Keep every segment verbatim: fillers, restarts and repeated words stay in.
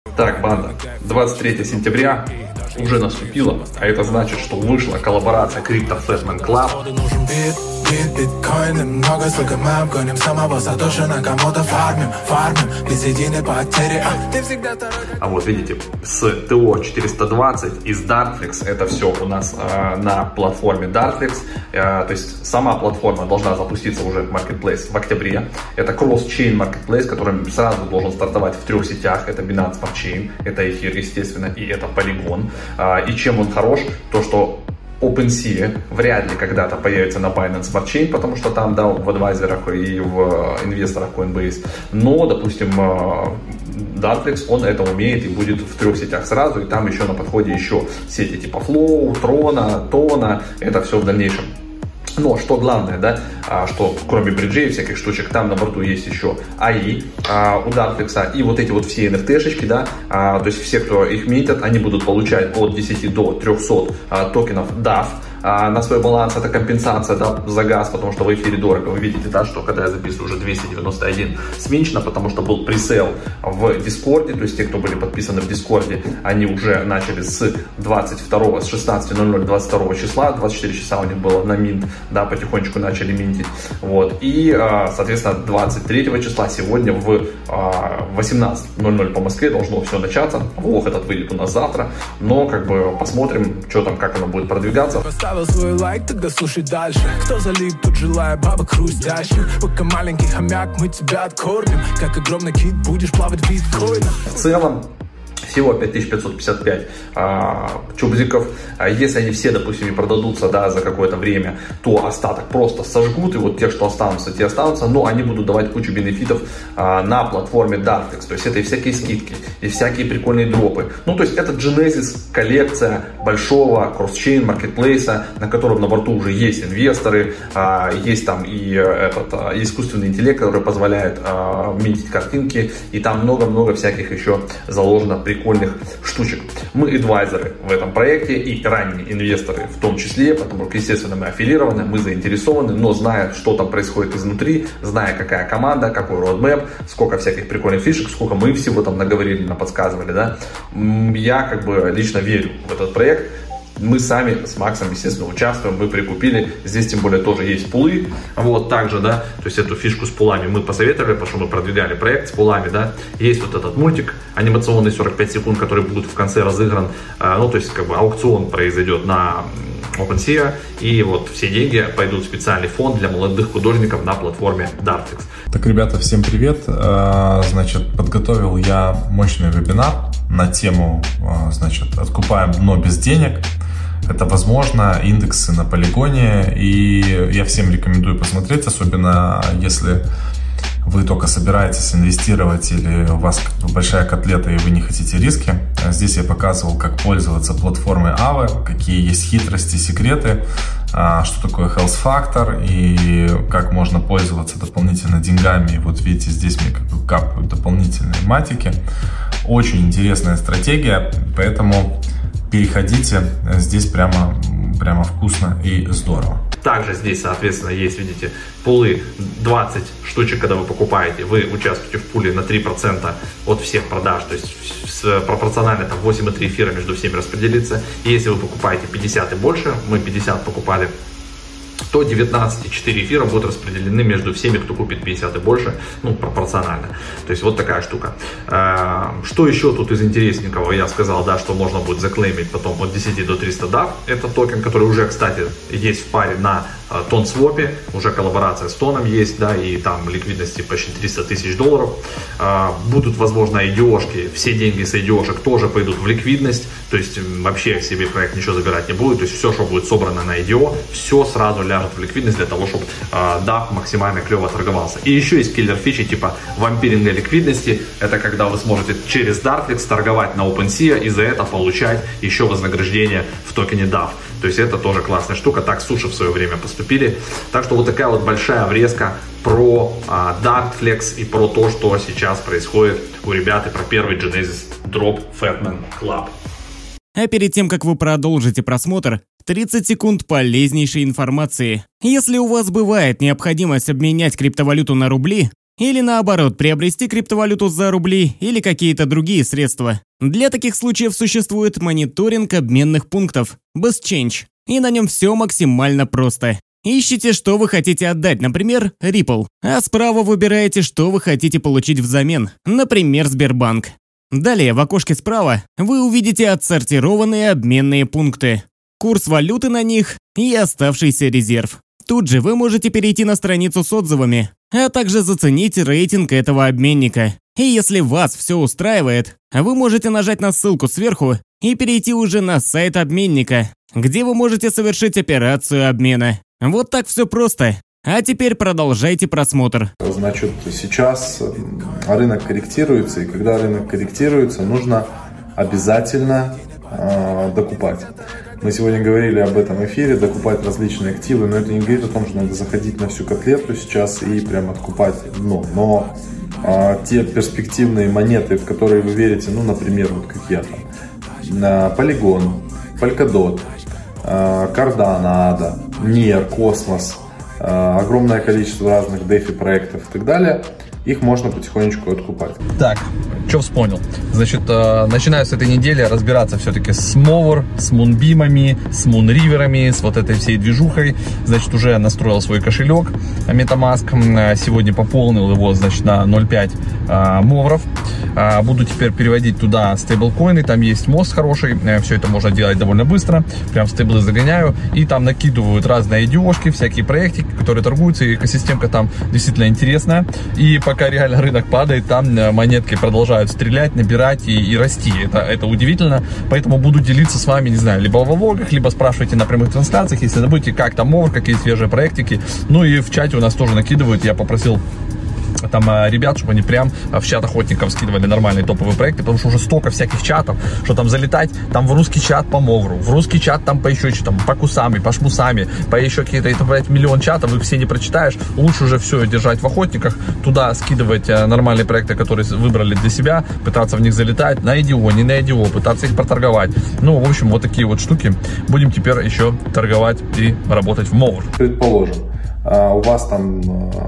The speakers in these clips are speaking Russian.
Так, банда, двадцать третьего сентября уже наступило, а это значит, что вышла коллаборация Crypto Fatman Club. Биткоины много, сколько мы обгоним самого Сатоши Накамото, фармим, фармим, без единой потери. А вот видите, с тэ о четыреста двадцать из Dartflex, это все у нас э, на платформе Dartflex, э, то есть сама платформа должна запуститься уже в Marketplace в октябре. Это кросс-чейн Marketplace, который сразу должен стартовать в трех сетях. Это Binance Smart Chain, это эфир, естественно, и это Polygon. Э, и чем он хорош? То, что OpenSea вряд ли когда-то появится на Binance Smart Chain, потому что там, да, в адвайзерах и в инвесторах Coinbase. Но, допустим, Dartflex, он это умеет и будет в трех сетях сразу, и там еще на подходе еще сети типа Flow, Trona, Tona, это все в дальнейшем. Но что главное, да, что кроме бриджей и всяких штучек, там на борту есть еще эй ай а, у Dartflex, и вот эти вот все эн эф ти-шечки, да, а, то есть все, кто их минтят, они будут получать от десяти до трехсот а, токенов даф а, на свой баланс. Это компенсация, да, за газ, потому что в эфире дорого. Вы видите, да, что когда я записываю, уже двести девяносто один сминчено, потому что был пресейл в Дискорде, то есть те, кто были подписаны в Дискорде, они уже начали с двадцать второго, с шестнадцати ноль ноль двадцать второго числа, двадцать четыре часа у них было на минт, да, потихонечку начали минтить, вот, и, соответственно, двадцать третьего числа, сегодня в восемнадцать ноль ноль по Москве должно все начаться. Влог этот выйдет у нас завтра, но, как бы, посмотрим, что там, как оно будет продвигаться. Поставил свой лайк, тогда слушай дальше. Кто залип, тут желая бабок хрустящих. Пока маленький хомяк, мы тебя откормим. Как огромный кит, будешь плавать в биткоинах. В целом, всего пять тысяч пятьсот пятьдесят пять а, чубзиков. А если они все, допустим, не продадутся, да, за какое-то время, то остаток просто сожгут, и вот те, что останутся, те останутся, но они будут давать кучу бенефитов а, на платформе Dartflex. То есть это и всякие скидки, и всякие прикольные дропы. Ну, то есть это Genesis, коллекция большого кросс-чейн маркетплейса, на котором на борту уже есть инвесторы, а, есть там и этот а, искусственный интеллект, который позволяет а, минтить картинки, и там много-много всяких еще заложено прикольных штучек. Мы адвайзеры в этом проекте и ранние инвесторы в том числе, потому что, естественно, мы аффилированы, мы заинтересованы, но зная, что там происходит изнутри, зная, какая команда, какой roadmap, сколько всяких прикольных фишек, сколько мы всего там наговорили, наподсказывали, да, я как бы лично верю в этот проект. Мы сами с Максом, естественно, участвуем, мы прикупили, здесь тем более тоже есть пулы, вот, также, да, то есть эту фишку с пулами мы посоветовали, потому что мы продвигали проект с пулами, да, есть вот этот мультик анимационный сорок пять секунд, который будет в конце разыгран, ну, то есть, как бы, аукцион произойдет на OpenSea, и вот все деньги пойдут в специальный фонд для молодых художников на платформе Dartflex. Так, ребята, всем привет, значит, подготовил я мощный вебинар на тему, значит, откупаем дно без денег. Это, возможно, индексы на полигоне, и я всем рекомендую посмотреть, особенно если вы только собираетесь инвестировать или у вас большая котлета и вы не хотите риски. Здесь я показывал, как пользоваться платформой Aave, какие есть хитрости, секреты, что такое Health Factor и как можно пользоваться дополнительно деньгами. И вот видите, здесь мне как бы капают дополнительные матики. Очень интересная стратегия, поэтому переходите, здесь прямо, прямо вкусно и здорово. Также здесь, соответственно, есть, видите, пулы двадцать штучек, когда вы покупаете, вы участвуете в пуле на три процента от всех продаж, то есть пропорционально там восемь и три эфира между всеми распределится. И если вы покупаете пятьдесят и больше, мы пятьдесят покупали, то девятнадцать и четыре эфира будут распределены между всеми, кто купит пятьдесят и больше, ну, пропорционально. То есть вот такая штука. Что еще тут из интересненького? Я сказал, да, что можно будет заклеймить потом от десяти до трёхсот даф. Это токен, который уже, кстати, есть в паре на TonSwap, уже коллаборация с Тоном есть, да, и там ликвидности почти триста тысяч долларов. Будут, возможно, ай ди о-шки, все деньги с ай ди о-шек тоже пойдут в ликвидность, то есть вообще себе проект ничего забирать не будет, то есть все, что будет собрано на ай ди о, все сразу ляжет в ликвидность для того, чтобы даф максимально клево торговался. И еще есть киллер фичи типа вампиринга ликвидности, это когда вы сможете через Dartflex торговать на OpenSea и за это получать еще вознаграждение в токене даф. То есть это тоже классная штука, так суши в свое время поступили. Так что вот такая вот большая врезка про а, Dartflex и про то, что сейчас происходит у ребят, и про первый Genesis Drop Fatman Club. А перед тем, как вы продолжите просмотр, тридцать секунд полезнейшей информации. Если у вас бывает необходимость обменять криптовалюту на рубли, или наоборот приобрести криптовалюту за рубли или какие-то другие средства. Для таких случаев существует мониторинг обменных пунктов BestChange, и на нем все максимально просто. Ищите, что вы хотите отдать, например, Ripple, а справа выбираете, что вы хотите получить взамен, например, Сбербанк. Далее в окошке справа вы увидите отсортированные обменные пункты, курс валюты на них и оставшийся резерв. Тут же вы можете перейти на страницу с отзывами, а также заценить рейтинг этого обменника. И если вас все устраивает, вы можете нажать на ссылку сверху и перейти уже на сайт обменника, где вы можете совершить операцию обмена. Вот так все просто. А теперь продолжайте просмотр. Значит, сейчас рынок корректируется, и когда рынок корректируется, нужно обязательно э, докупать. Мы сегодня говорили об этом эфире, докупать различные активы, но это не говорит о том, что надо заходить на всю котлету сейчас и прям откупать дно. Но э, те перспективные монеты, в которые вы верите, ну, например, вот как я там, на Polygon, Polkadot, э, Cardano, Ada, Near, Cosmos, огромное количество разных дефи проектов и так далее, их можно потихонечку откупать. Так, что вспомнил? Значит, э, начинаю с этой недели разбираться все-таки с Mover, с Moonbeam'ами, с Moonriver'ами, с вот этой всей движухой. Значит, уже настроил свой кошелек MetaMask. Сегодня пополнил его, значит, на ноль целых пять э, мовров. Э, буду теперь переводить туда стейблкоины. Там есть мост хороший. Э, все это можно делать довольно быстро. Прям в стейблы загоняю. И там накидывают разные ай ди о-шки, всякие проектики, которые торгуются. И экосистемка там действительно интересная. И пока реально рынок падает, там монетки продолжают стрелять, набирать и, и расти. Это, это удивительно. Поэтому буду делиться с вами, не знаю, либо в влогах, либо спрашивайте на прямых трансляциях, если забудете, как там мовр, какие свежие проектики. Ну и в чате у нас тоже накидывают. Я попросил там ребят, чтобы они прям в чат охотников скидывали нормальные топовые проекты, потому что уже столько всяких чатов, что там залетать, там в русский чат по мовру, в русский чат там по еще что-то, по кусами, по шмусами, по еще какие-то, это, блядь, миллион чатов, их все не прочитаешь, лучше уже все держать в охотниках, туда скидывать нормальные проекты, которые выбрали для себя, пытаться в них залетать, на ай ди о, не на ай ди о, пытаться их проторговать. Ну, в общем, вот такие вот штуки. Будем теперь еще торговать и работать в мовр. Предположим, у вас там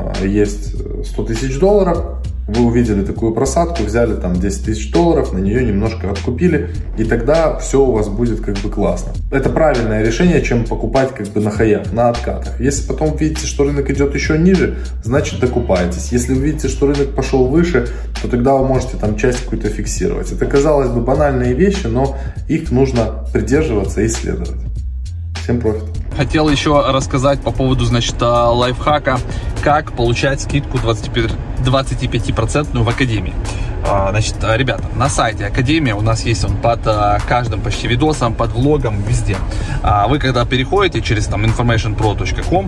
есть сто тысяч долларов, вы увидели такую просадку, взяли там десять тысяч долларов, на нее немножко откупили, и тогда все у вас будет как бы классно. Это правильное решение, чем покупать как бы на хаях, на откатах. Если потом видите, что рынок идет еще ниже, значит докупайтесь. Если вы видите, что рынок пошел выше, то тогда вы можете там часть какую-то фиксировать. Это, казалось бы, банальные вещи, но их нужно придерживаться и исследовать. Всем профит. Хотел еще рассказать по поводу, значит, лайфхака, как получать скидку двадцать пять процентов в Академии. Значит, ребята, на сайте Академия у нас есть он под каждым почти видосом, под влогом, везде. Вы когда переходите через там информэйшн про точка ком,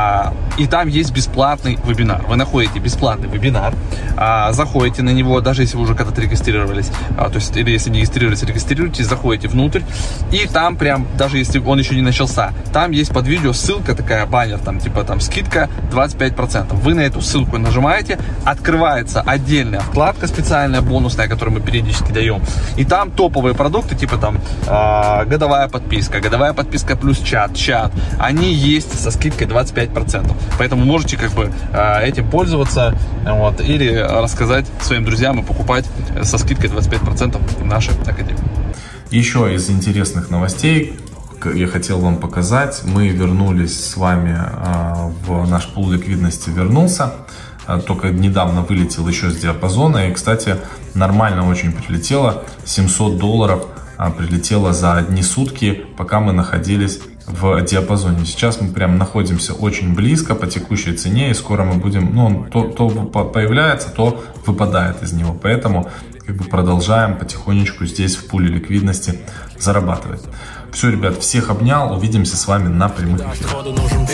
и там есть бесплатный вебинар. Вы находите бесплатный вебинар, заходите на него, даже если вы уже когда-то регистрировались, то есть, или если не регистрировались, регистрируйтесь, заходите внутрь, и там прям, даже если он еще не начался, там есть под видео ссылка такая, баннер, там типа там скидка двадцать пять процентов. Вы на эту ссылку нажимаете, открывается отдельная вкладка специальная, бонусная, которую мы периодически даем. И там топовые продукты, типа там э, годовая подписка, годовая подписка плюс чат, чат. Они есть со скидкой двадцать пять процентов. Поэтому можете как бы э, этим пользоваться, вот, или рассказать своим друзьям и покупать со скидкой двадцать пять процентов в нашей Академии. Еще из интересных новостей я хотел вам показать. Мы вернулись с вами э, в наш пул ликвидности, вернулся. Только недавно вылетел еще с диапазона. И, кстати, нормально очень прилетело. семьсот долларов прилетело за одни сутки, пока мы находились в диапазоне. Сейчас мы прям находимся очень близко по текущей цене. И скоро мы будем, ну, то, то появляется, то выпадает из него. Поэтому как бы продолжаем потихонечку здесь в пуле ликвидности зарабатывать. Все, ребят, всех обнял. Увидимся с вами на прямых эфирах.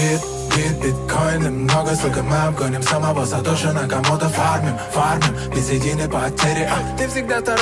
Биткоины много, сколько мы обгоним самого Сатоши Накамото. Фармим, фармим, без единой потери. Ты всегда